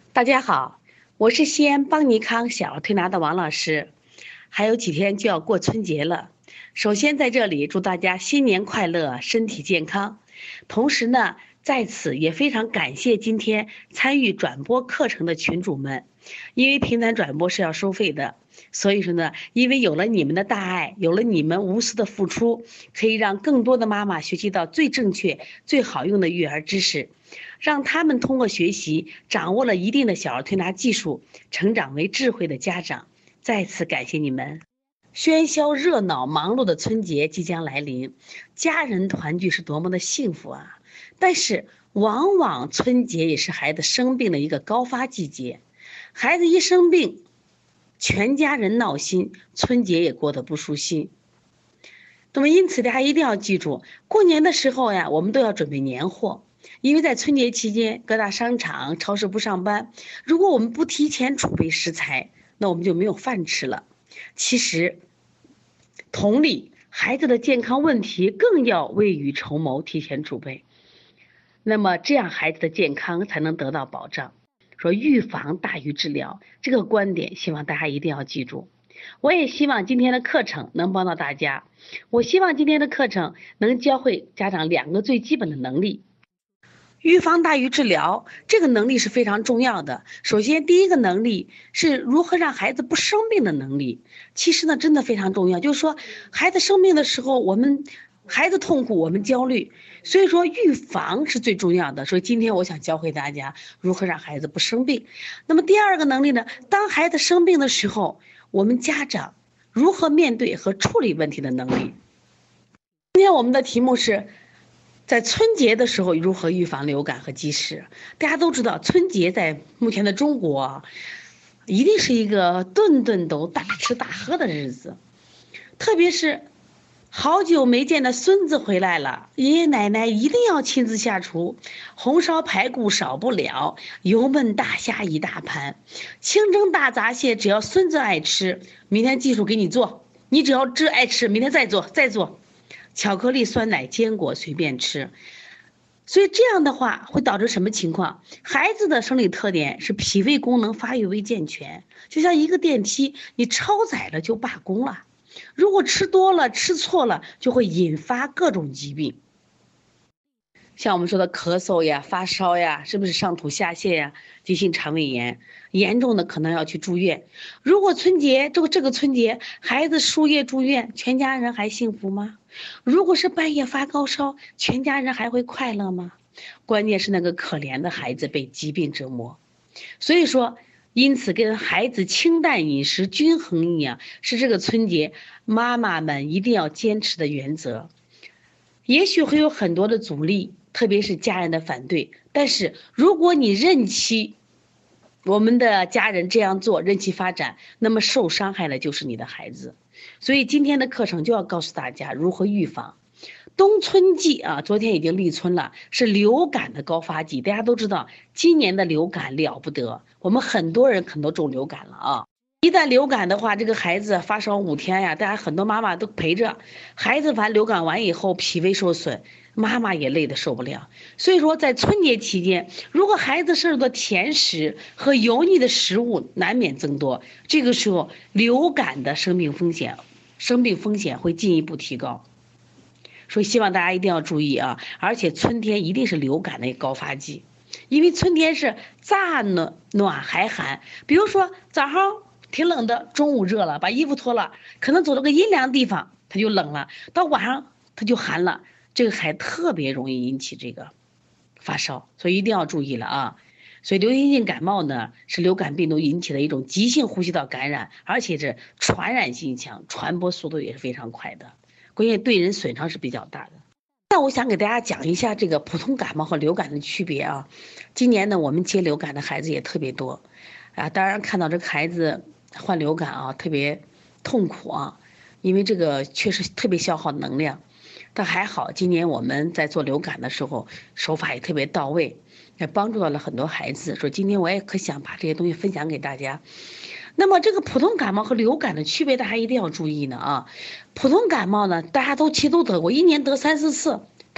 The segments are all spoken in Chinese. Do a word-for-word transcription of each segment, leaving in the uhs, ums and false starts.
大家好，我是西安邦尼康小儿推拿的王老师。还有几天就要过春节了，首先在这里祝大家新年快乐，身体健康。同时呢，在此也非常感谢今天参与转播课程的群主们，因为平台转播是要收费的，所以说呢，因为有了你们的大爱，有了你们无私的付出，可以让更多的妈妈学习到最正确、最好用的育儿知识。让他们通过学习掌握了一定的小儿推拿技术，成长为智慧的家长。再次感谢你们！喧嚣热闹忙碌的春节即将来临，家人团聚是多么的幸福啊！但是往往春节也是孩子生病的一个高发季节，孩子一生病，全家人闹心，春节也过得不舒心。那么因此大家一定要记住，过年的时候呀，我们都要准备年货。因为在春节期间，各大商场、超市不上班，如果我们不提前储备食材，那我们就没有饭吃了。其实，同理，孩子的健康问题更要未雨绸缪，提前储备。那么这样孩子的健康才能得到保障。说预防大于治疗，这个观点希望大家一定要记住。我也希望今天的课程能帮到大家。我希望今天的课程能教会家长两个最基本的能力。预防大于治疗，这个能力是非常重要的。首先，第一个能力是如何让孩子不生病的能力。其实呢，真的非常重要。就是说，孩子生病的时候，我们孩子痛苦，我们焦虑。所以说，预防是最重要的。所以今天我想教会大家如何让孩子不生病。那么第二个能力呢？当孩子生病的时候，我们家长如何面对和处理问题的能力。今天我们的题目是，在春节的时候如何预防流感和积食。大家都知道，春节在目前的中国一定是一个顿顿都大吃大喝的日子，特别是好久没见的孙子回来了，爷爷奶奶一定要亲自下厨，红烧排骨少不了，油焖大虾一大盘，清蒸大闸蟹只要孙子爱吃，明天技术给你做，你只要只爱吃，明天再做再做。巧克力、酸奶、坚果随便吃。所以这样的话会导致什么情况？孩子的生理特点是脾胃功能发育未健全，就像一个电梯，你超载了就罢工了。如果吃多了吃错了，就会引发各种疾病，像我们说的咳嗽呀、发烧呀，是不是上吐下泻呀、急性肠胃炎，严重的可能要去住院。如果春节这个这个春节孩子输液住院，全家人还幸福吗？如果是半夜发高烧，全家人还会快乐吗？关键是那个可怜的孩子被疾病折磨。所以说，因此跟孩子清淡饮食、均衡营养是这个春节妈妈们一定要坚持的原则。也许会有很多的阻力，特别是家人的反对，但是如果你任其我们的家人这样做，任其发展，那么受伤害的就是你的孩子。所以今天的课程就要告诉大家如何预防。冬春季啊，昨天已经立春了，是流感的高发季。大家都知道，今年的流感了不得，我们很多人可能都中流感了啊。一旦流感的话，这个孩子发烧五天呀，大家很多妈妈都陪着孩子，完流感完以后脾胃受损，妈妈也累得受不了。所以说，在春节期间，如果孩子摄入的甜食和油腻的食物难免增多，这个时候流感的生病风险，生病风险会进一步提高。所以希望大家一定要注意啊！而且春天一定是流感的一个高发季，因为春天是乍暖暖还寒，比如说早上挺冷的，中午热了，把衣服脱了，可能走到个阴凉地方，它就冷了，到晚上它就寒了，这个还特别容易引起这个发烧，所以一定要注意了啊！所以流行性感冒呢，是流感病毒引起的一种急性呼吸道感染，而且是传染性强，传播速度也是非常快的，关键对人损伤是比较大的。那我想给大家讲一下这个普通感冒和流感的区别啊。今年呢，我们接流感的孩子也特别多啊，当然看到这个孩子患流感啊，特别痛苦啊，因为这个确实特别消耗能量。但还好，今年我们在做流感的时候，手法也特别到位，也帮助到了很多孩子。说今天我也可想把这些东西分享给大家。那么这个普通感冒和流感的区别，大家一定要注意呢啊。普通感冒呢，大家都其实都得过，一年得三四次，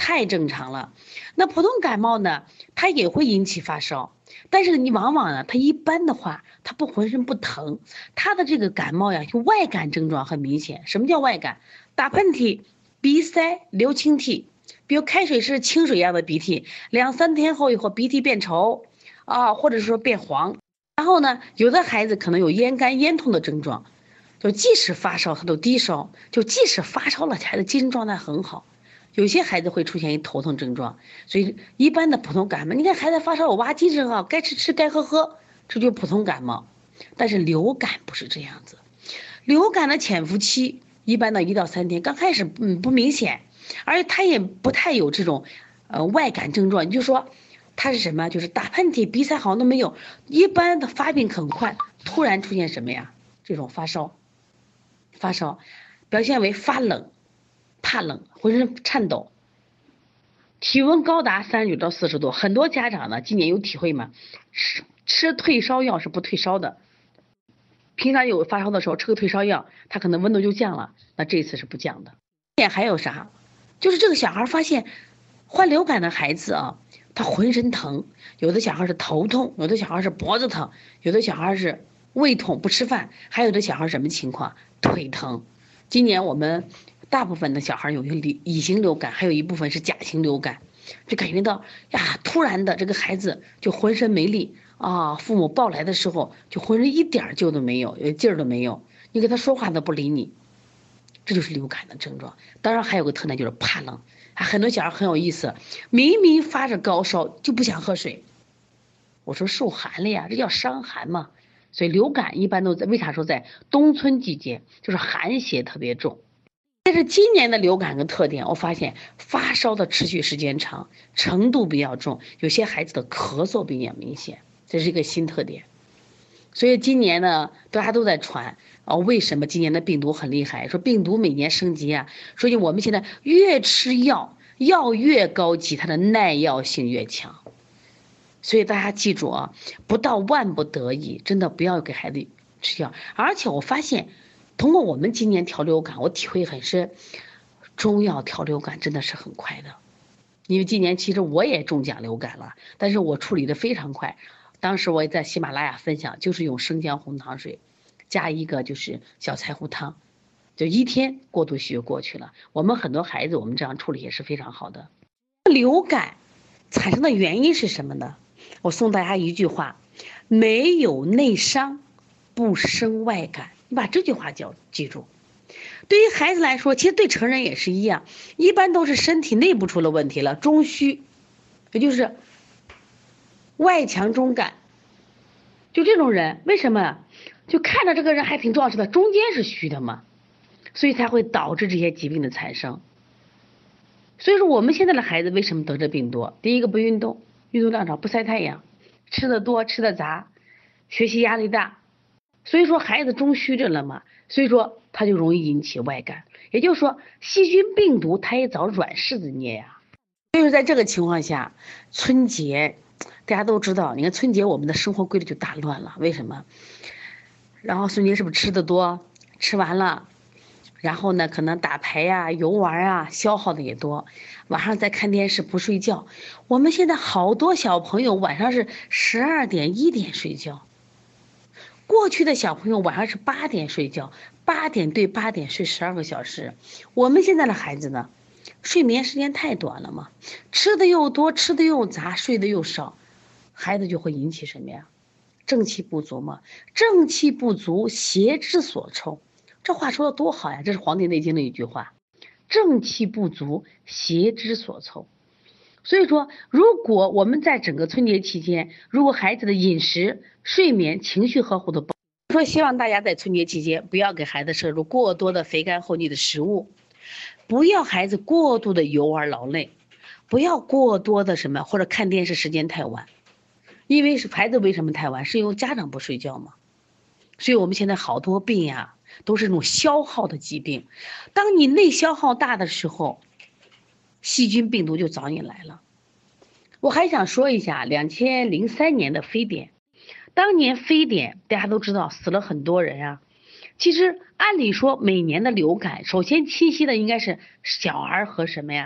太正常了。那普通感冒呢，它也会引起发烧，但是你往往呢，它一般的话，它不浑身不疼，它的这个感冒呀，就外感症状很明显。什么叫外感？打喷嚏、鼻塞、流清涕，比如开水是清水一样的鼻涕，两三天后以后鼻涕变稠啊，或者是说变黄。然后呢，有的孩子可能有咽干、咽痛的症状，就即使发烧他都低烧，就即使发烧了，孩子精神状态很好。有些孩子会出现一头疼症状，所以一般的普通感冒，你看孩子发烧，我哇精神好，该吃吃该喝喝，这就是普通感冒。但是流感不是这样子，流感的潜伏期一般到一到三天，刚开始嗯不明显，而且他也不太有这种呃外感症状，你就说他是什么，就是打喷嚏、鼻塞好像都没有，一般的发病很快，突然出现什么呀？这种发烧，发烧表现为发冷。怕冷，浑身颤抖，体温高达三十九到四十度。很多家长呢，今年有体会吗？吃吃退烧药是不退烧的，平常有发烧的时候吃个退烧药，他可能温度就降了，那这次是不降的。还有啥？就是这个小孩发现患流感的孩子啊，他浑身疼，有的小孩是头痛，有的小孩是脖子疼，有的小孩是胃痛不吃饭，还有的小孩什么情况？腿疼。今年我们大部分的小孩有乙乙型流感，还有一部分是甲型流感，就感觉到呀，突然的这个孩子就浑身没力啊，父母抱来的时候就浑身一点劲都没有，劲儿都没有，你给他说话都不理你，这就是流感的症状。当然还有个特点就是怕冷，很多小孩很有意思，明明发着高烧就不想喝水，我说受寒了呀，这叫伤寒嘛。所以流感一般都在，为啥说在冬春季节，就是寒邪特别重。但是今年的流感的特点，我发现发烧的持续时间长，程度比较重，有些孩子的咳嗽比较明显，这是一个新特点。所以今年呢，大家都在传啊，为什么今年的病毒很厉害？说病毒每年升级啊，所以我们现在越吃药，药越高级，它的耐药性越强。所以大家记住啊，不到万不得已，真的不要给孩子吃药。而且我发现，通过我们今年调流感，我体会很深，中药调流感真的是很快的。因为今年其实我也中奖流感了，但是我处理的非常快。当时我也在喜马拉雅分享，就是用生姜红糖水，加一个就是小柴胡汤，就一天过渡期就过去了。我们很多孩子，我们这样处理也是非常好的。流感产生的原因是什么呢？我送大家一句话：没有内伤，不生外感。你把这句话叫记住。对于孩子来说，其实对成人也是一样，一般都是身体内部出了问题了，中虚，也就是外强中干。就这种人，为什么？就看着这个人还挺壮实的，中间是虚的嘛，所以才会导致这些疾病的产生。所以说我们现在的孩子为什么得这病多？第一个不运动，运动量少，不晒太阳，吃的多，吃的杂，学习压力大，所以说孩子中虚着了嘛，所以说他就容易引起外感。也就是说细菌病毒它也找软柿子捏呀。所以说在这个情况下，春节大家都知道，你看春节我们的生活规律就打乱了，为什么？然后春节是不是吃的多？吃完了，然后呢，可能打牌呀、游玩啊，消耗的也多。晚上再看电视不睡觉，我们现在好多小朋友晚上是十二点、一点睡觉。过去的小朋友晚上是八点睡觉，八点对八点睡十二个小时。我们现在的孩子呢，睡眠时间太短了嘛，吃的又多，吃的又杂，睡的又少，孩子就会引起什么呀？正气不足嘛。正气不足，邪之所抽。这话说的多好呀！这是《黄帝内经》的一句话。正气不足，邪之所抽。所以说，如果我们在整个春节期间，如果孩子的饮食、睡眠、情绪呵护的，说希望大家在春节期间不要给孩子摄入过多的肥甘厚腻的食物，不要孩子过度的游玩劳累，不要过多的什么或者看电视时间太晚，因为是孩子为什么太晚，是因为家长不睡觉嘛。所以我们现在好多病呀，都是那种消耗的疾病。当你内消耗大的时候，细菌病毒就找你来了。我还想说一下两千零三年的非典，当年非典大家都知道死了很多人啊。其实按理说每年的流感，首先侵袭的应该是小儿和什么呀？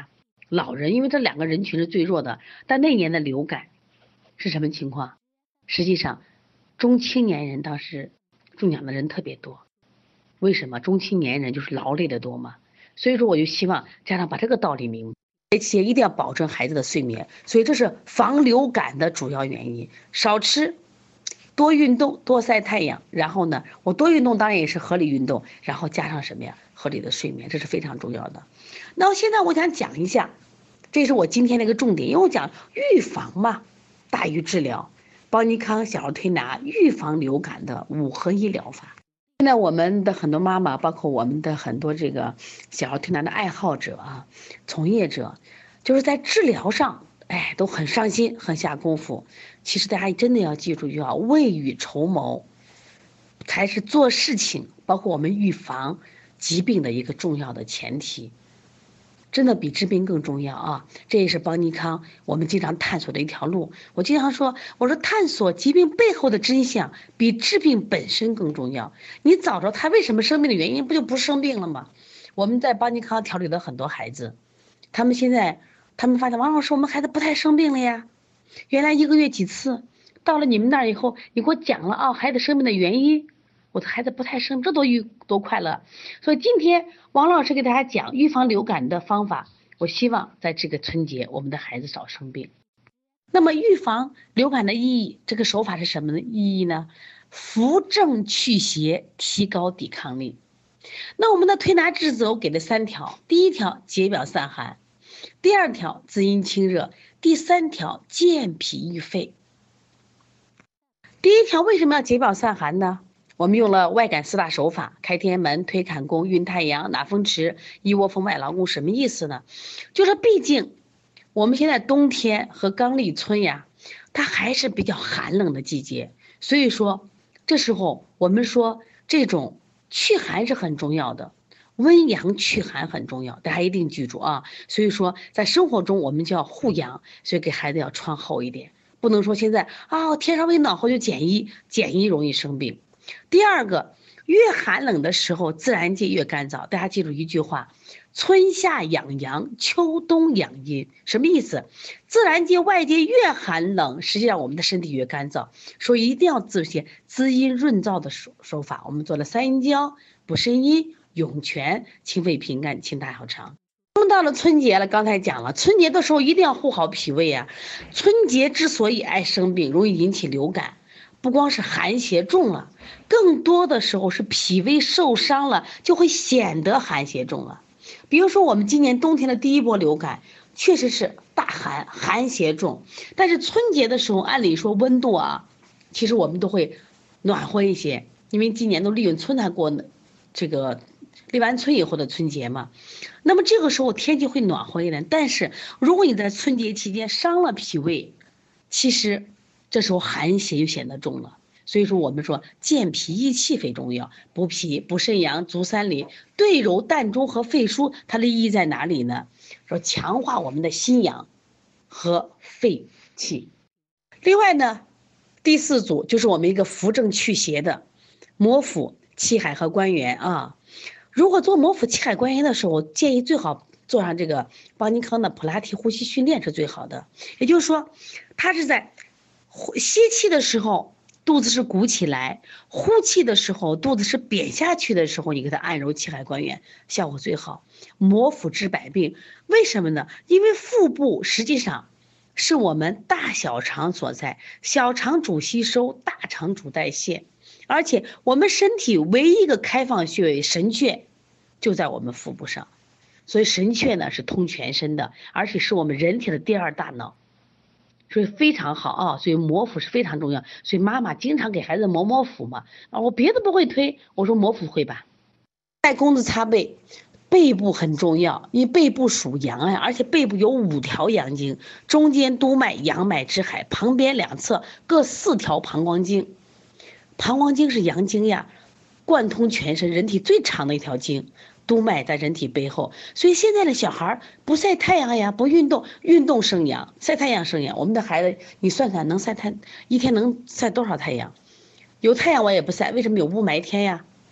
老人，因为这两个人群是最弱的。但那年的流感是什么情况？实际上，中青年人当时中奖的人特别多。为什么？中青年人就是劳累的多嘛。所以说，我就希望家长把这个道理明白，而且一定要保证孩子的睡眠。所以这是防流感的主要原因。少吃，多运动，多晒太阳。然后呢，我多运动当然也是合理运动，然后加上什么呀？合理的睡眠，这是非常重要的。那现在我想讲一下，这是我今天的一个重点，因为我讲预防嘛，大于治疗。邦尼康小儿推拿预防流感的五合一疗法。现在我们的很多妈妈，包括我们的很多这个小儿推拿的爱好者啊、从业者，就是在治疗上，哎，都很上心、很下功夫。其实大家真的要记住，要未雨绸缪，才是做事情，包括我们预防疾病的一个重要的前提。真的比治病更重要啊！这也是邦尼康我们经常探索的一条路。我经常说，我说探索疾病背后的真相，比治病本身更重要。你找着他为什么生病的原因，不就不生病了吗？我们在邦尼康调理的很多孩子，他们现在他们发现，王老师，我们孩子不太生病了呀。原来一个月几次，到了你们那儿以后，你给我讲了啊，孩子生病的原因。我的孩子不太生病，这多愉多快乐！所以今天王老师给大家讲预防流感的方法，我希望在这个春节我们的孩子少生病。那么预防流感的意义，这个手法是什么意义呢？扶正祛邪，提高抵抗力。那我们的推拿治则我给了三条：第一条解表散寒，第二条滋阴清热，第三条健脾益肺。第一条为什么要解表散寒呢？我们用了外感四大手法：开天门、推坎宫、运太阳、纳风池、一窝蜂外劳宫。什么意思呢？就是毕竟我们现在冬天和刚立春呀，它还是比较寒冷的季节，所以说这时候我们说这种祛寒是很重要的，温阳祛寒很重要，大家一定记住啊。所以说在生活中我们就要护阳，所以给孩子要穿厚一点，不能说现在啊天稍微暖和就减衣，减衣容易生病。第二个，越寒冷的时候，自然界越干燥。大家记住一句话：春夏养阳，秋冬养阴。什么意思？自然界外界越寒冷，实际上我们的身体越干燥，所以一定要自些滋阴润燥的手手法。我们做了三阴交、补肾阴、涌泉、清肺平肝、清大小肠。那么到了春节了，刚才讲了，春节的时候一定要护好脾胃啊。春节之所以爱生病，容易引起流感，不光是寒邪重了，更多的时候是脾胃受伤了，就会显得寒邪重了。比如说我们今年冬天的第一波流感，确实是大寒，寒邪重。但是春节的时候，按理说温度啊，其实我们都会暖和一些，因为今年都立春春才过这个立完春以后的春节嘛。那么这个时候天气会暖和一点，但是如果你在春节期间伤了脾胃，其实这时候寒邪就显得重了。所以说我们说健脾益气非重要，补脾补肾阳足三里，对揉膻中和肺腧，它的意义在哪里呢？说强化我们的心阳和肺气。另外呢，第四组就是我们一个扶正祛邪的摩腹气海和关元啊。如果做摩腹气海关元的时候，建议最好做上这个邦尼康的普拉提呼吸训练是最好的。也就是说，它是在吸气的时候肚子是鼓起来，呼气的时候肚子是扁下去的时候，你给它按揉气海关元，效果最好。摩腹治百病，为什么呢？因为腹部实际上是我们大小肠所在，小肠主吸收，大肠主代谢，而且我们身体唯一一个开放穴位神阙就在我们腹部上，所以神阙呢是通全身的，而且是我们人体的第二大脑。所以非常好啊，所以摩腹是非常重要。所以妈妈经常给孩子摩摩腹嘛，啊，我别的不会推，我说摩腹会吧。带弓子擦背，背部很重要，因为背部属阳呀，而且背部有五条阳经，中间督脉、阳脉之海，旁边两侧各四条膀胱经。膀胱经是阳经呀，贯通全身，人体最长的一条经。督脉在人体背后，所以现在的小孩不晒太阳呀，不运动，运动生阳，晒太阳生阳。我们的孩子，你算算能晒太一天能晒多少太阳？有太阳我也不晒，为什么有雾霾天呀？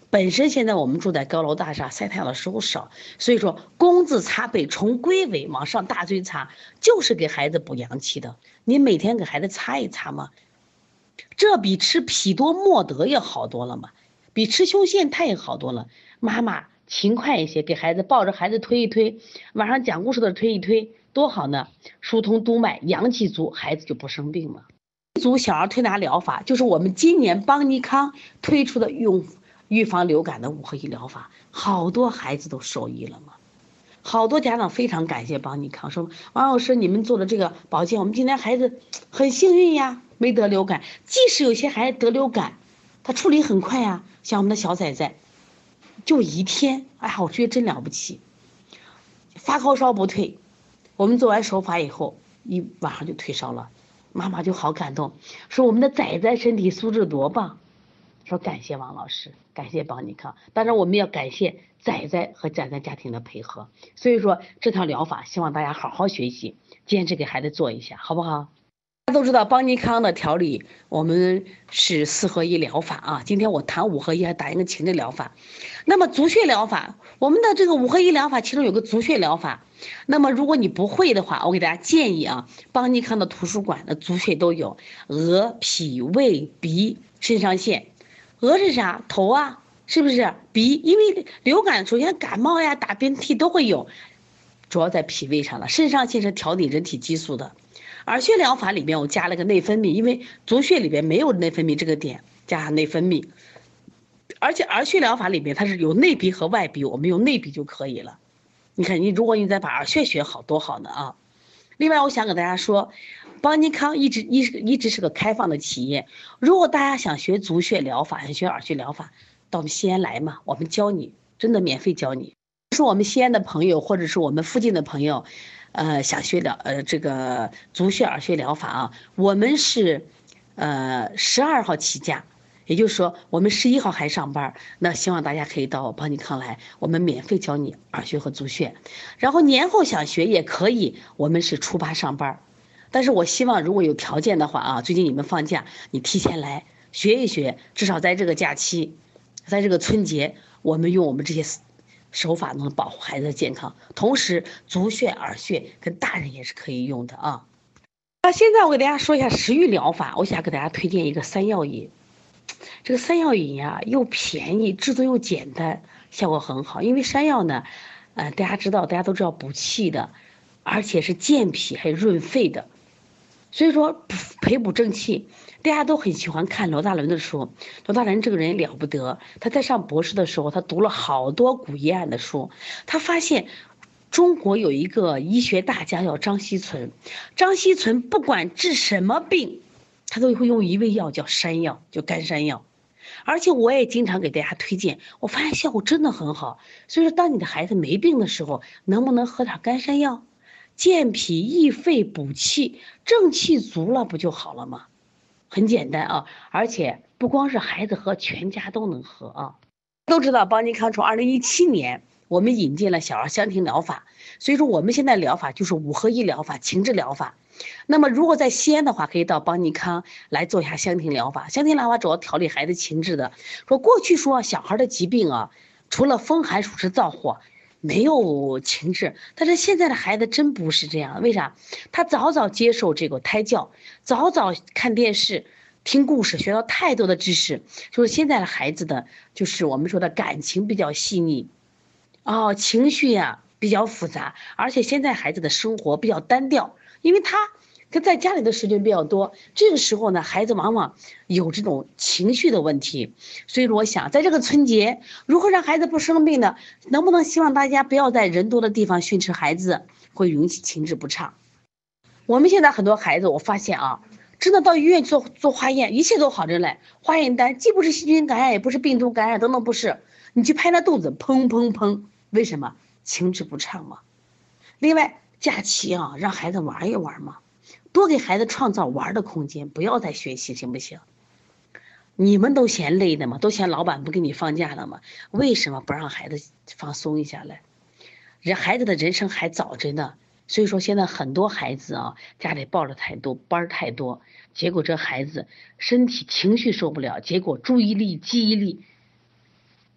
本身现在我们住在高楼大厦，晒太阳的时候少，所以说工字擦背从龟尾往上大椎擦，就是给孩子补阳气的。你每天给孩子擦一擦嘛，这比吃匹多莫德要好多了嘛，比吃胸腺肽也好多了。妈妈勤快一些，给孩子抱着孩子推一推，晚上讲故事的推一推，多好呢！疏通督脉，阳气足，孩子就不生病了。组小儿推拿疗法就是我们今年邦尼康推出的用预防流感的五合一疗法，好多孩子都受益了嘛。好多家长非常感谢邦尼康，说王老师你们做的这个保健，我们今天孩子很幸运呀，没得流感。即使有些孩子得流感，他处理很快呀，像我们的小崽崽，就一天，哎呀，我觉得真了不起，发高烧不退，我们做完手法以后，一晚上就退烧了。妈妈就好感动，说我们的崽崽身体素质多棒，说感谢王老师，感谢邦尼康，当然我们要感谢崽崽和崽崽家庭的配合。所以说这套疗法希望大家好好学习，坚持给孩子做一下，好不好？大家都知道邦尼康的调理，我们是四合一疗法啊。今天我谈五合一，还打一个情志疗法。那么足穴疗法，我们的这个五合一疗法其中有个足穴疗法。那么如果你不会的话，我给大家建议啊，邦尼康的图书馆的足穴都有，额、脾、胃、鼻、肾上腺。额是啥？头啊，是不是？鼻，因为流感首先感冒呀、打喷嚏都会有，主要在脾胃上了。肾上腺是调理人体激素的。耳穴疗法里面我加了个内分泌，因为足穴里边没有内分泌这个点，加上内分泌。而且耳穴疗法里面它是有内鼻和外鼻，我们用内鼻就可以了。你看你如果你再把耳穴学好多好呢啊！另外我想给大家说，邦尼康一直一一直是个开放的企业，如果大家想学足穴疗法，想学耳穴疗法，到我们西安来嘛，我们教你，真的免费教你。是我们西安的朋友或者是我们附近的朋友，呃，想学疗呃这个足穴耳穴疗法啊，我们是呃十二号起价。也就是说我们十一号还上班，那希望大家可以到邦尼康来，我们免费教你耳穴和足穴，然后年后想学也可以，我们是初八上班。但是我希望如果有条件的话啊，最近你们放假，你提前来学一学，至少在这个假期，在这个春节，我们用我们这些手法能保护孩子的健康，同时足穴耳穴跟大人也是可以用的啊。那现在我给大家说一下食欲疗法，我想给大家推荐一个三药饮。这个山药饮呀，又便宜，制作又简单，效果很好。因为山药呢，呃，大家知道，大家都知道补气的，而且是健脾还有润肺的，所以说培补正气。大家都很喜欢看罗大伦的书，罗大伦这个人了不得，他在上博士的时候，他读了好多古医案的书，他发现中国有一个医学大家叫张锡存，张锡存不管治什么病，他都会用一味药叫山药，就干山药。而且我也经常给大家推荐，我发现效果真的很好。所以说当你的孩子没病的时候，能不能喝点干山药，健脾益肺补气，正气足了不就好了吗？很简单啊，而且不光是孩子喝，全家都能喝啊。都知道邦尼康从二零一七年我们引进了小儿香庭疗法，所以说我们现在疗法就是五合一疗法，情志疗法。那么如果在西安的话，可以到邦尼康来做一下香庭疗法。香庭疗法主要调理孩子情志的。说过去说小孩的疾病啊，除了风寒暑湿燥火，没有情志。但是现在的孩子真不是这样，为啥？他早早接受这个胎教，早早看电视、听故事，学到太多的知识。就是现在的孩子的，就是我们说的感情比较细腻，哦，情绪呀、比较复杂，而且现在孩子的生活比较单调。因为他跟在家里的时间比较多，这个时候呢，孩子往往有这种情绪的问题。所以我想在这个春节，如何让孩子不生病呢？能不能希望大家不要在人多的地方训斥孩子，会引起情志不畅。我们现在很多孩子，我发现啊，真的到医院做做化验，一切都好着嘞，化验单既不是细菌感染，也不是病毒感染，等等不是，你去拍那肚子，砰砰砰，为什么？情志不畅嘛。另外假期啊，让孩子玩一玩嘛，多给孩子创造玩的空间，不要再学习，行不行？你们都嫌累的嘛，都嫌老板不给你放假了嘛，为什么不让孩子放松一下来？人孩子的人生还早着呢，所以说现在很多孩子啊，家里报了太多班太多，结果这孩子身体情绪受不了，结果注意力记忆力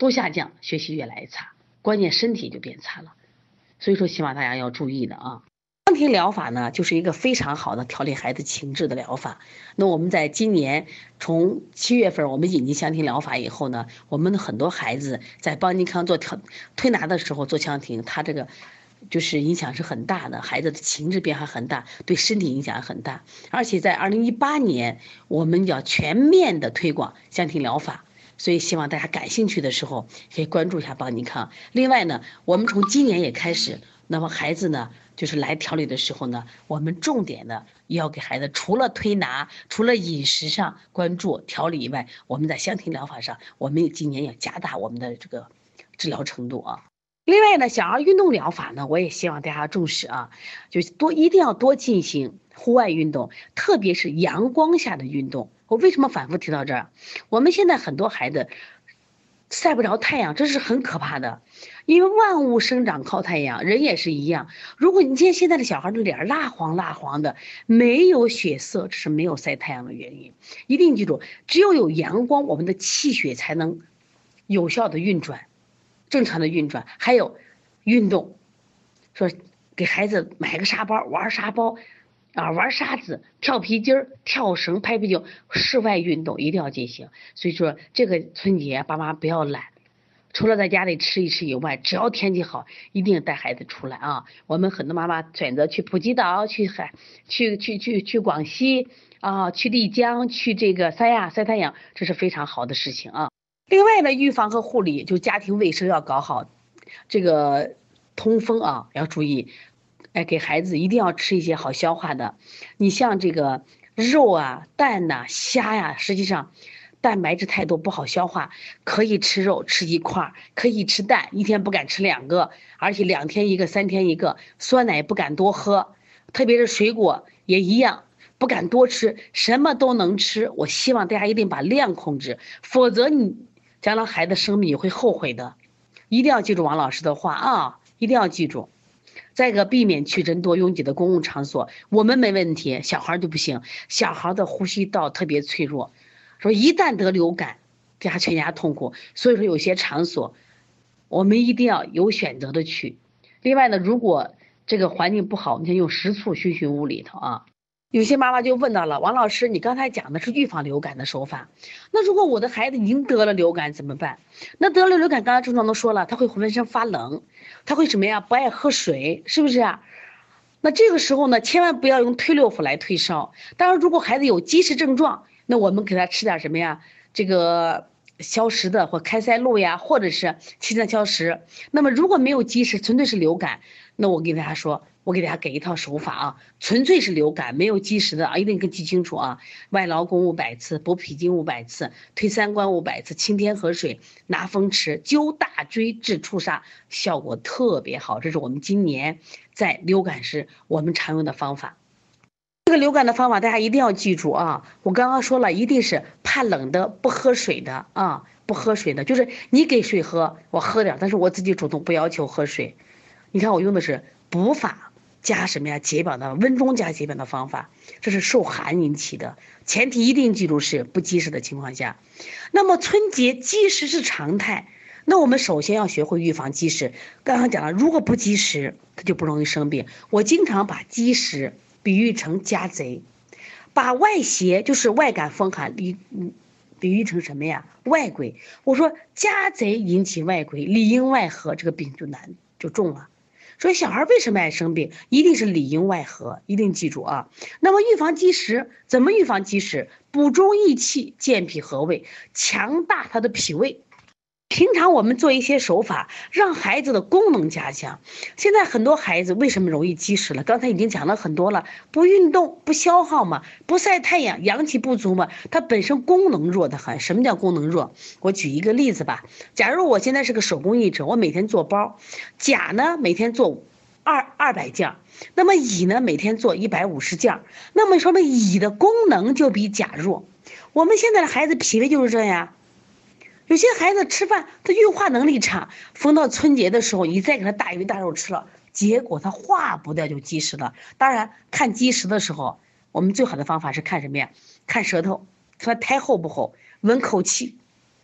都下降，学习越来越差，关键身体就变差了。所以说希望大家要注意的啊。香庭疗法呢，就是一个非常好的调理孩子情志的疗法。那我们在今年从七月份我们引进香庭疗法以后呢，我们的很多孩子在邦尼康做调推拿的时候做香庭，他这个就是影响是很大的，孩子的情志变化很大，对身体影响很大。而且在二零一八年，我们要全面的推广香庭疗法。所以希望大家感兴趣的时候可以关注一下邦尼康。另外呢，我们从今年也开始，那么孩子呢，就是来调理的时候呢，我们重点的要给孩子除了推拿，除了饮食上关注调理以外，我们在香庭疗法上，我们今年要加大我们的这个治疗程度啊。另外呢，小儿运动疗法呢，我也希望大家重视啊，就多一定要多进行户外运动，特别是阳光下的运动。我为什么反复提到这儿？我们现在很多孩子晒不着太阳，这是很可怕的，因为万物生长靠太阳，人也是一样。如果你见现在的小孩的脸蜡黄蜡黄的，没有血色，这是没有晒太阳的原因。一定记住，只有有阳光，我们的气血才能有效的运转。正常的运转，还有运动，说给孩子买个沙包，玩沙包，啊，玩沙子，跳皮筋儿，跳绳，拍皮球，室外运动一定要进行。所以说这个春节爸妈不要懒，除了在家里吃一吃以外，只要天气好，一定带孩子出来啊。我们很多妈妈选择去普吉岛，去海，去去去去广西啊，去丽江，去这个三亚晒太阳，这是非常好的事情啊。另外呢，预防和护理就家庭卫生要搞好，这个通风啊要注意，哎，给孩子一定要吃一些好消化的。你像这个肉啊、蛋呐、啊、虾呀、啊，实际上蛋白质太多不好消化，可以吃肉吃一块，可以吃蛋，一天不敢吃两个，而且两天一个、三天一个。酸奶不敢多喝，特别是水果也一样。不敢多吃，什么都能吃。我希望大家一定把量控制，否则你将来孩子生病会后悔的。一定要记住王老师的话啊，一定要记住。再一个，避免去人多拥挤的公共场所。我们没问题，小孩就不行。小孩的呼吸道特别脆弱，说一旦得流感，给他全家痛苦。所以说有些场所，我们一定要有选择的去。另外呢，如果这个环境不好，你先用食醋熏熏屋里头啊。有些妈妈就问到了，王老师，你刚才讲的是预防流感的手法，那如果我的孩子已经得了流感怎么办？那得了流感，刚才症状都说了，他会浑身发冷，他会什么呀？不爱喝水，是不是啊？那这个时候呢，千万不要用退六腑来退烧。当然，如果孩子有积食症状，那我们给他吃点什么呀？这个消食的或开塞露呀，或者是气站消食。那么如果没有积食，纯粹是流感，那我给大家说。我给大家给一套手法啊，纯粹是流感，没有积食的啊，一定跟记清楚啊。外劳宫五百次，补脾经五百次，推三关五百次，清天河水，拿风池，灸大椎治触痧，效果特别好。这是我们今年在流感时我们常用的方法。这个流感的方法大家一定要记住啊！我刚刚说了，一定是怕冷的，不喝水的啊，不喝水的，就是你给水喝，我喝点，但是我自己主动不要求喝水。你看我用的是补法。加什么呀？解表的温中加解表的方法，这是受寒引起的，前提一定记住是不积食的情况下。那么春节积食是常态，那我们首先要学会预防积食。刚刚讲了，如果不积食，他就不容易生病。我经常把积食比喻成家贼，把外邪就是外感风寒比比喻成什么呀？外鬼。我说家贼引起外鬼，里应外合，这个病就难就重了。所以小孩为什么爱生病，一定是里应外合，一定记住啊。那么预防积食，怎么预防积食？补中益气，健脾和胃，强大他的脾胃。平常我们做一些手法，让孩子的功能加强。现在很多孩子为什么容易积食了？刚才已经讲了很多了，不运动不消耗嘛，不晒太阳，阳气不足嘛，它本身功能弱得很。什么叫功能弱？我举一个例子吧。假如我现在是个手工艺者，我每天做包，甲呢每天做二二百件，那么乙呢每天做一百五十件，那么说明乙的功能就比甲弱。我们现在的孩子脾胃就是这样。有些孩子吃饭他运化能力差，逢到春节的时候你再给他大鱼大肉吃了，结果他化不掉就积食了。当然看积食的时候，我们最好的方法是看什么呀？看舌头，看它苔厚不厚，闻口气，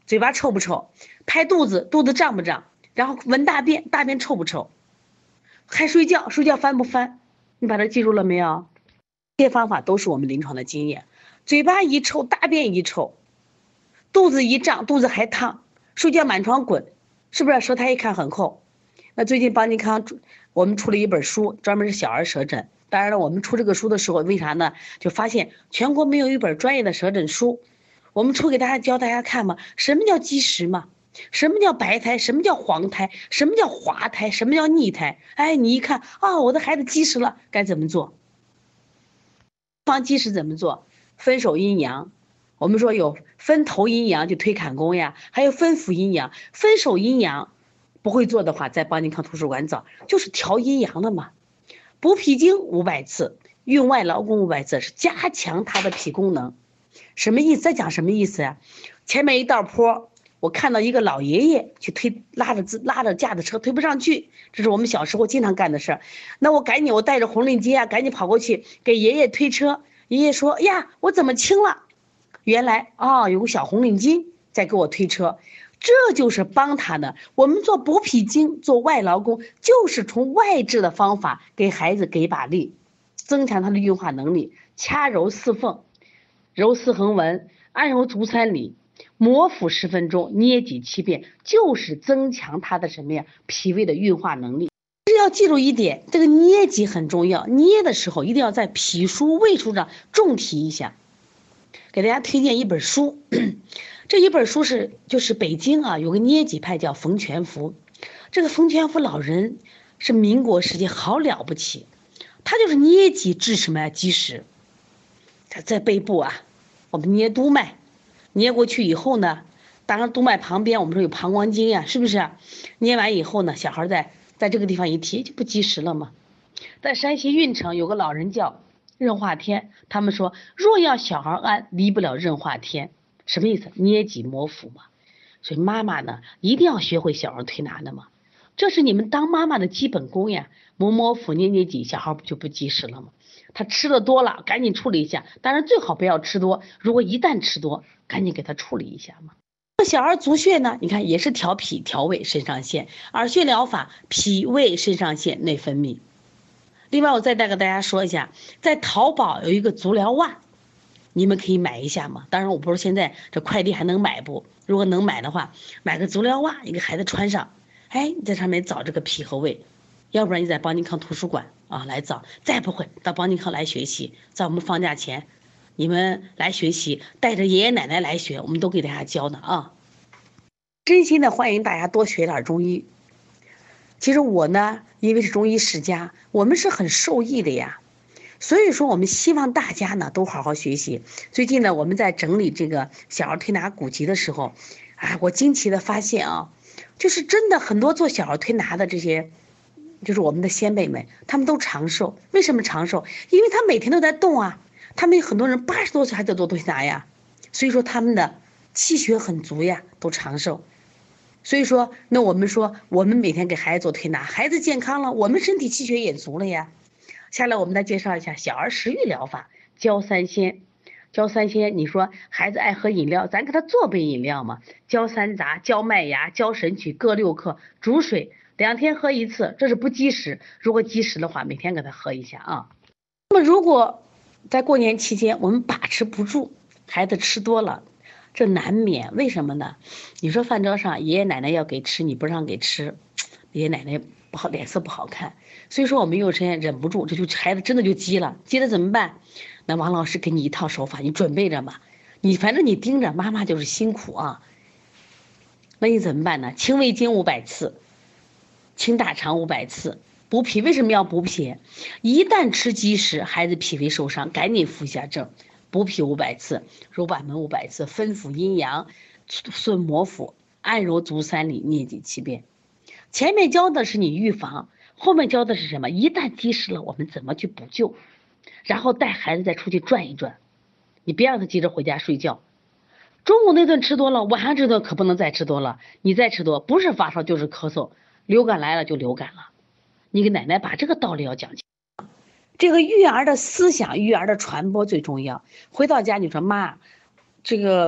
嘴巴臭不臭？拍肚子，肚子胀不胀？然后闻大便，大便臭不臭？还睡觉，睡觉翻不翻？你把它记住了没有？这些方法都是我们临床的经验。嘴巴一臭，大便一臭，肚子一胀，肚子还烫，睡觉满床滚，是不是？舌苔一看很厚。那最近邦尼康我们出了一本书，专门是小儿舌诊。当然了，我们出这个书的时候，为啥呢？就发现全国没有一本专业的舌诊书，我们出给大家教大家看嘛，什么叫积食嘛？什么叫白苔？什么叫黄苔？什么叫滑苔？什么叫腻苔？哎，你一看啊、哦，我的孩子积食了，该怎么做？防积食怎么做？分手阴阳，我们说有分头阴阳就推坎宫呀，还有分腹阴阳。分手阴阳不会做的话，在邦尼康图书馆找，就是调阴阳的嘛。补脾经五百次，运外劳宫五百次，是加强他的脾功能。什么意思？在讲什么意思呀？前面一道坡，我看到一个老爷爷去推拉着自拉着架子车推不上去，这是我们小时候经常干的事儿。那我赶紧我带着红领巾啊，赶紧跑过去给爷爷推车。爷爷说：“呀，我怎么轻了？”原来啊、哦，有个小红领巾在给我推车，这就是帮他的。我们做补脾经、做外劳宫，就是从外治的方法给孩子给把力，增强他的运化能力。掐揉四缝，揉四横纹，按揉足三里，摩腹十分钟，捏脊七遍，就是增强他的什么呀？脾胃的运化能力。要记住一点，这个捏脊很重要，捏的时候一定要在脾腧、胃腧上重提一下。给大家推荐一本书，这一本书是就是北京啊有个捏脊派叫冯全福，这个冯全福老人是民国时期好了不起，他就是捏脊治什么呀？积食。他在背部啊，我们捏督脉，捏过去以后呢，当然督脉旁边我们说有膀胱经呀，是不是？捏完以后呢，小孩在在这个地方一提就不积食了吗？在山西运城有个老人叫任化天，他们说若要小孩安，离不了任化天。什么意思？捏脊摩腹嘛。所以妈妈呢一定要学会小儿推拿的嘛，这是你们当妈妈的基本功呀。摩摩腹捏捏脊，小孩不就不积食了吗？他吃的多了赶紧处理一下，当然最好不要吃多，如果一旦吃多赶紧给他处理一下嘛。小儿足穴呢，你看也是调脾调胃肾上腺，耳穴疗法脾胃肾上腺内分泌。另外我再带给大家说一下，在淘宝有一个足疗袜，你们可以买一下嘛。当然我不知道现在这快递还能买不，如果能买的话，买个足疗袜一个孩子穿上，哎，你在上面找这个脾和胃，要不然你在邦尼康图书馆啊来找，再不会到邦尼康来学习，在我们放假前你们来学习，带着爷爷奶奶来学，我们都给大家教的啊。真心的欢迎大家多学点中医。其实我呢，因为是中医世家，我们是很受益的呀。所以说我们希望大家呢都好好学习。最近呢，我们在整理这个小儿推拿古籍的时候，哎，我惊奇的发现啊，就是真的很多做小儿推拿的这些，就是我们的先辈们，他们都长寿。为什么长寿？因为他每天都在动啊。他们有很多人八十多岁还在做推拿呀，所以说他们的气血很足呀，都长寿。所以说，那我们说，我们每天给孩子做推拿，孩子健康了，我们身体气血也足了呀。下来我们再介绍一下小儿食欲疗法，焦三仙。焦三仙，你说孩子爱喝饮料，咱给他做杯饮料嘛。焦三杂、焦麦芽、焦神曲各六克，煮水，两天喝一次，这是不积食。如果积食的话，每天给他喝一下啊。那么如果在过年期间我们把持不住，孩子吃多了，这难免。为什么呢？你说饭桌上爷爷奶奶要给吃，你不让给吃，爷爷奶奶不好，脸色不好看。所以说我们有时间忍不住，这就孩子真的就急了，急了怎么办？那王老师给你一套手法，你准备着嘛，你反正你盯着，妈妈就是辛苦啊。那你怎么办呢？清胃经五百次，清大肠五百次，补脾。为什么要补脾？一旦吃积食，孩子脾胃受伤，赶紧服下症。补脾五百次，揉板门五百次，分腹阴阳，顺摩腹，按揉足三里，捏脊七遍。前面教的是你预防，后面教的是什么？一旦积食了，我们怎么去补救？然后带孩子再出去转一转，你别让他急着回家睡觉。中午那顿吃多了，晚上这顿可不能再吃多了。你再吃多，不是发烧就是咳嗽，流感来了就流感了。你给奶奶把这个道理要讲清。这个育儿的思想，育儿的传播最重要。回到家你说妈，这个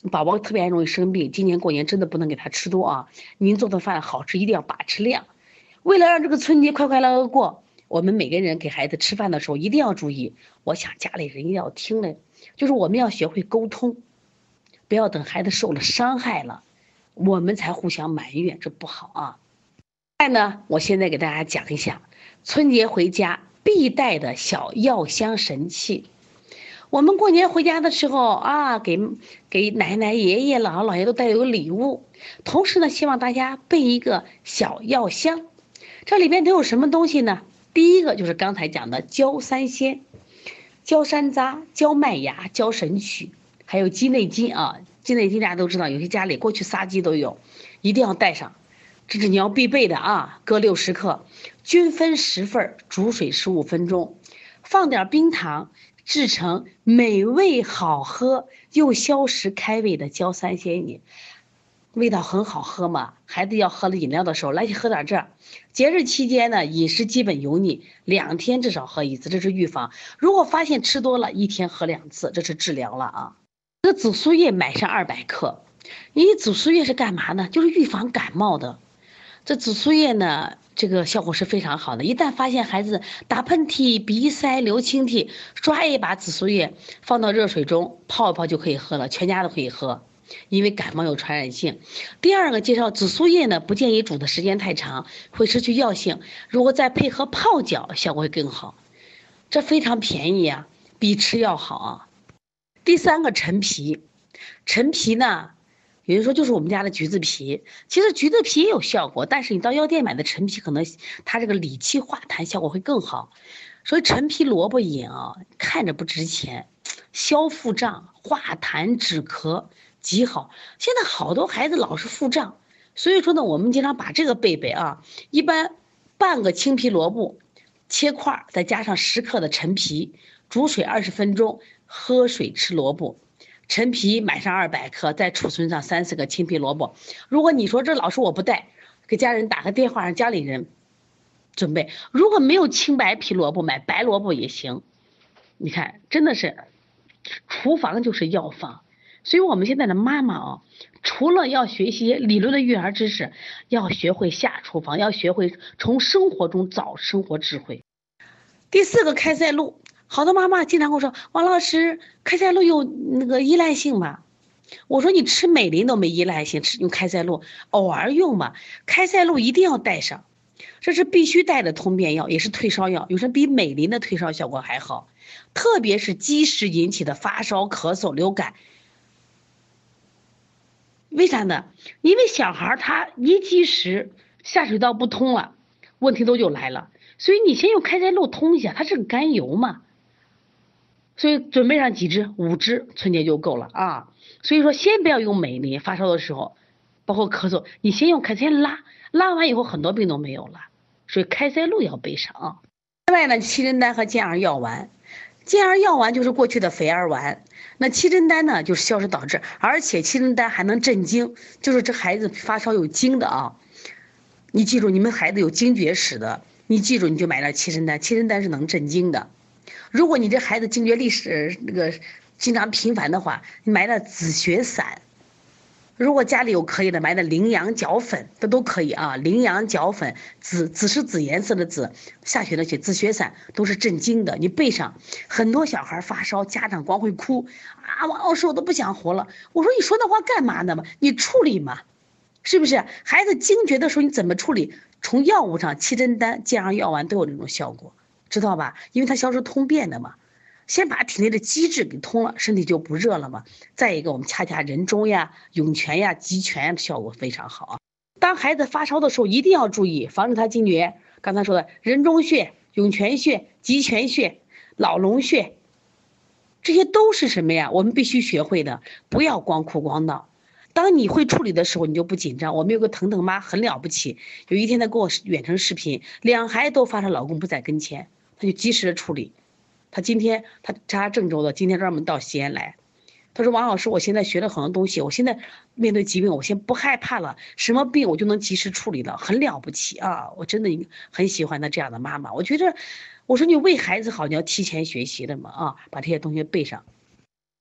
宝宝特别容易生病，今年过年真的不能给他吃多啊！您做的饭好吃，一定要把持量。为了让这个春节快快乐乐过，我们每个人给孩子吃饭的时候一定要注意。我想家里人一定要听了，就是我们要学会沟通，不要等孩子受了伤害了，我们才互相埋怨，这不好啊。另外呢，我现在给大家讲一下春节回家必带的小药箱神器。我们过年回家的时候啊，给给奶奶、爷爷、姥姥、姥爷都带有个礼物，同时呢，希望大家备一个小药箱。这里面都有什么东西呢？第一个就是刚才讲的焦三仙、焦山楂、焦麦芽、焦神曲，还有鸡内金啊。鸡内金大家都知道，有些家里过去杀鸡都有，一定要带上，这是你要必备的啊。各六十克，均分十份，煮水十五分钟，放点冰糖。制成美味好喝又消食开胃的焦三仙饮，味道很好喝嘛。孩子要喝了饮料的时候，来去喝点这。节日期间呢，饮食基本油腻，两天至少喝一次，这是预防。如果发现吃多了，一天喝两次，这是治疗了啊。这个紫苏叶买上二百克，因为紫苏叶是干嘛呢？就是预防感冒的。这紫苏叶呢，这个效果是非常好的。一旦发现孩子打喷嚏、鼻塞、流清涕，抓一把紫苏叶放到热水中泡一泡就可以喝了，全家都可以喝，因为感冒有传染性。第二个介绍紫苏叶呢，不建议煮的时间太长，会失去药性。如果再配合泡脚，效果会更好。这非常便宜啊，比吃药好啊。第三个陈皮，陈皮呢？有人说就是我们家的橘子皮，其实橘子皮也有效果，但是你到药店买的陈皮可能它这个理气化痰效果会更好。所以陈皮萝卜饮啊，看着不值钱，消腹胀、化痰、止咳极好。现在好多孩子老是腹胀，所以说呢，我们经常把这个备备啊，一般半个青皮萝卜切块，再加上十克的陈皮，煮水二十分钟，喝水吃萝卜。陈皮买上二百克，再储存上三四个青皮萝卜。如果你说这老师我不带，给家人打个电话，让家里人准备。如果没有青白皮萝卜，买白萝卜也行。你看，真的是厨房就是药房。所以我们现在的妈妈啊，除了要学习理论的育儿知识，要学会下厨房，要学会从生活中找生活智慧。第四个开塞露。好多妈妈经常跟我说，王老师，开塞露有那个依赖性吗？我说你吃美林都没依赖性，吃用开塞露偶尔用嘛。开塞露一定要带上，这是必须带的通便药，也是退烧药，有时比美林的退烧效果还好。特别是积食引起的发烧、咳嗽、流感，为啥呢？因为小孩他一积食，下水道不通了，问题都就来了。所以你先用开塞露通一下，它是个甘油嘛。所以准备上几支，五支，春节就够了啊。所以说，先不要用美林，发烧的时候，包括咳嗽，你先用开先拉，拉完以后很多病都没有了。所以开塞露要备上啊。另外呢，七珍丹和健儿药丸，健儿药丸就是过去的肥儿丸，那七珍丹呢就是消食导滞，而且七珍丹还能镇惊，就是这孩子发烧有惊的啊。你记住，你们孩子有惊厥史的，你记住你就买点七珍丹，七珍丹是能镇惊的。如果你这孩子惊厥历史那个经常频繁的话，你买点紫雪散。如果家里有可以的，买点羚羊角粉，这都可以啊。羚羊角粉，紫紫是紫颜色的紫，下雪的雪，紫雪散都是镇惊的，你备上。很多小孩发烧，家长光会哭啊，王老师我都不想活了。我说你说那话干嘛呢嘛？你处理嘛，是不是？孩子惊厥的时候你怎么处理？从药物上，七珍丹、健儿药丸都有这种效果。知道吧？因为它消食通便的嘛，先把体内的机制给通了，身体就不热了嘛。再一个，我们掐掐人中呀、涌泉呀、极泉呀，效果非常好啊。当孩子发烧的时候，一定要注意，防止他惊厥。刚才说的人中穴、涌泉穴、极泉穴、老龙穴，这些都是什么呀？我们必须学会的，不要光哭光闹。当你会处理的时候，你就不紧张。我们有个腾腾妈很了不起，有一天她跟我远程视频，两孩子都发烧，老公不在跟前。他就及时的处理，他今天他他郑州的，今天专门到西安来。他说王老师，我现在学了很多东西，我现在面对疾病，我先不害怕了，什么病我就能及时处理了，很了不起啊！我真的很喜欢他这样的妈妈。我觉得，我说你为孩子好，你要提前学习的嘛啊，把这些东西备上。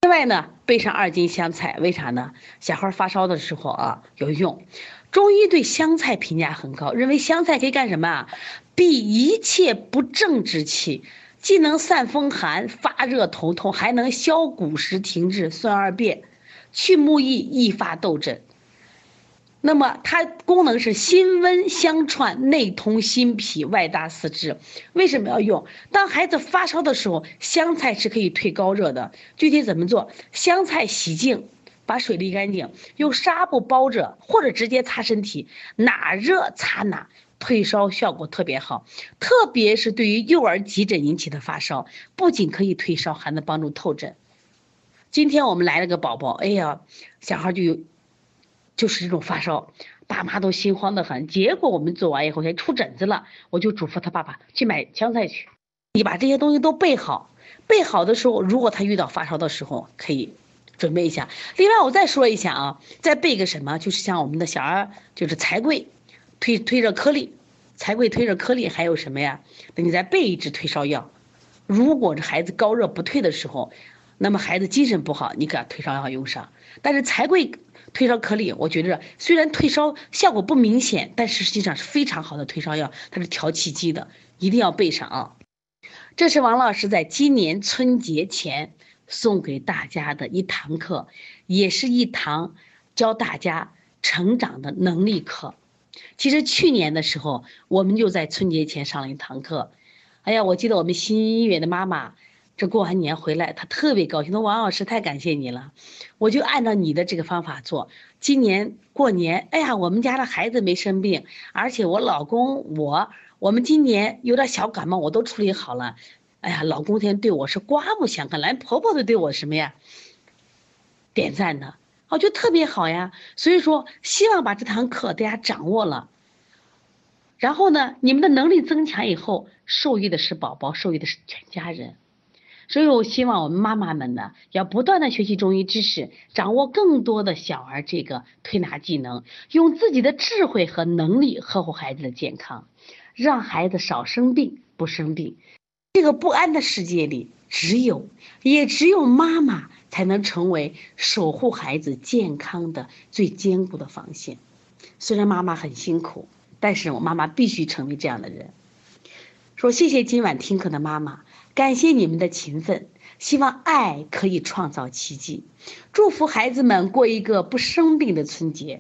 另外呢，备上二斤香菜，为啥呢？小孩发烧的时候啊有用。中医对香菜评价很高，认为香菜可以干什么啊？避一切不正之气，既能散风寒、发热头痛，还能消谷食停滞、酸二便、去目翳、益发痘疹。那么它功能是心温相串，内通心脾，外达四肢。为什么要用？当孩子发烧的时候，香菜是可以退高热的。具体怎么做？香菜洗净，把水沥干净，用纱布包着，或者直接擦身体，哪热擦哪，退烧效果特别好。特别是对于幼儿急诊引起的发烧，不仅可以退烧，还能帮助透疹。今天我们来了个宝宝，哎呀，小孩就有。就是这种发烧，爸妈都心慌得很。结果我们做完以后，他出疹子了，我就嘱咐他爸爸去买香菜去。你把这些东西都备好，备好的时候，如果他遇到发烧的时候，可以准备一下。另外，我再说一下啊，再备个什么，就是像我们的小儿，就是柴桂，推推热颗粒，柴桂推热颗粒，还有什么呀？那你再备一支退烧药。如果这孩子高热不退的时候，那么孩子精神不好，你给他退烧药用上。但是柴桂退烧颗粒，我觉得虽然退烧效果不明显，但是实际上是非常好的退烧药，它是调气机的，一定要备上啊。这是王老师在今年春节前送给大家的一堂课，也是一堂教大家成长的能力课。其实去年的时候，我们就在春节前上了一堂课。哎呀，我记得我们新月的妈妈这过完年回来，他特别高兴，说王老师太感谢你了，我就按照你的这个方法做。今年过年，哎呀，我们家的孩子没生病，而且我老公我我们今年有点小感冒，我都处理好了。哎呀，老公天对我是刮目相看，连婆婆都对我什么呀点赞的，我觉得特别好呀。所以说，希望把这堂课大家掌握了。然后呢，你们的能力增强以后，受益的是宝宝，受益的是全家人。所以我希望我们妈妈们呢，要不断的学习中医知识，掌握更多的小儿这个推拿技能，用自己的智慧和能力呵护孩子的健康，让孩子少生病不生病。这个不安的世界里，只有也只有妈妈才能成为守护孩子健康的最坚固的防线。虽然妈妈很辛苦，但是我妈妈必须成为这样的人。说谢谢今晚听课的妈妈，感谢你们的勤奋，希望爱可以创造奇迹，祝福孩子们过一个不生病的春节，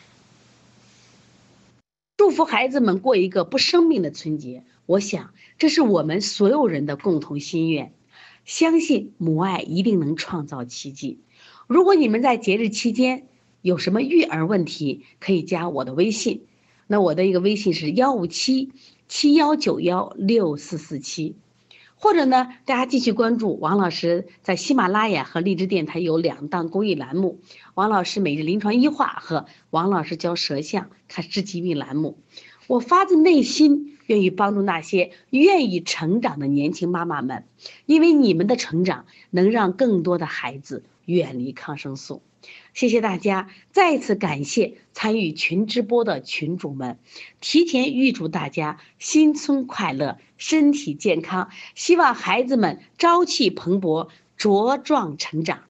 祝福孩子们过一个不生病的春节。我想这是我们所有人的共同心愿，相信母爱一定能创造奇迹。如果你们在节日期间有什么育儿问题，可以加我的微信，那我的一个微信是幺五七七幺九幺六四四七，或者呢，大家继续关注王老师在喜马拉雅和荔枝电台有两档公益栏目，王老师每日临床医话和王老师教舌象看治疾病栏目。我发自内心愿意帮助那些愿意成长的年轻妈妈们，因为你们的成长能让更多的孩子远离抗生素。谢谢大家，再次感谢参与群直播的群主们，提前预祝大家新春快乐，身体健康，希望孩子们朝气蓬勃，茁壮成长。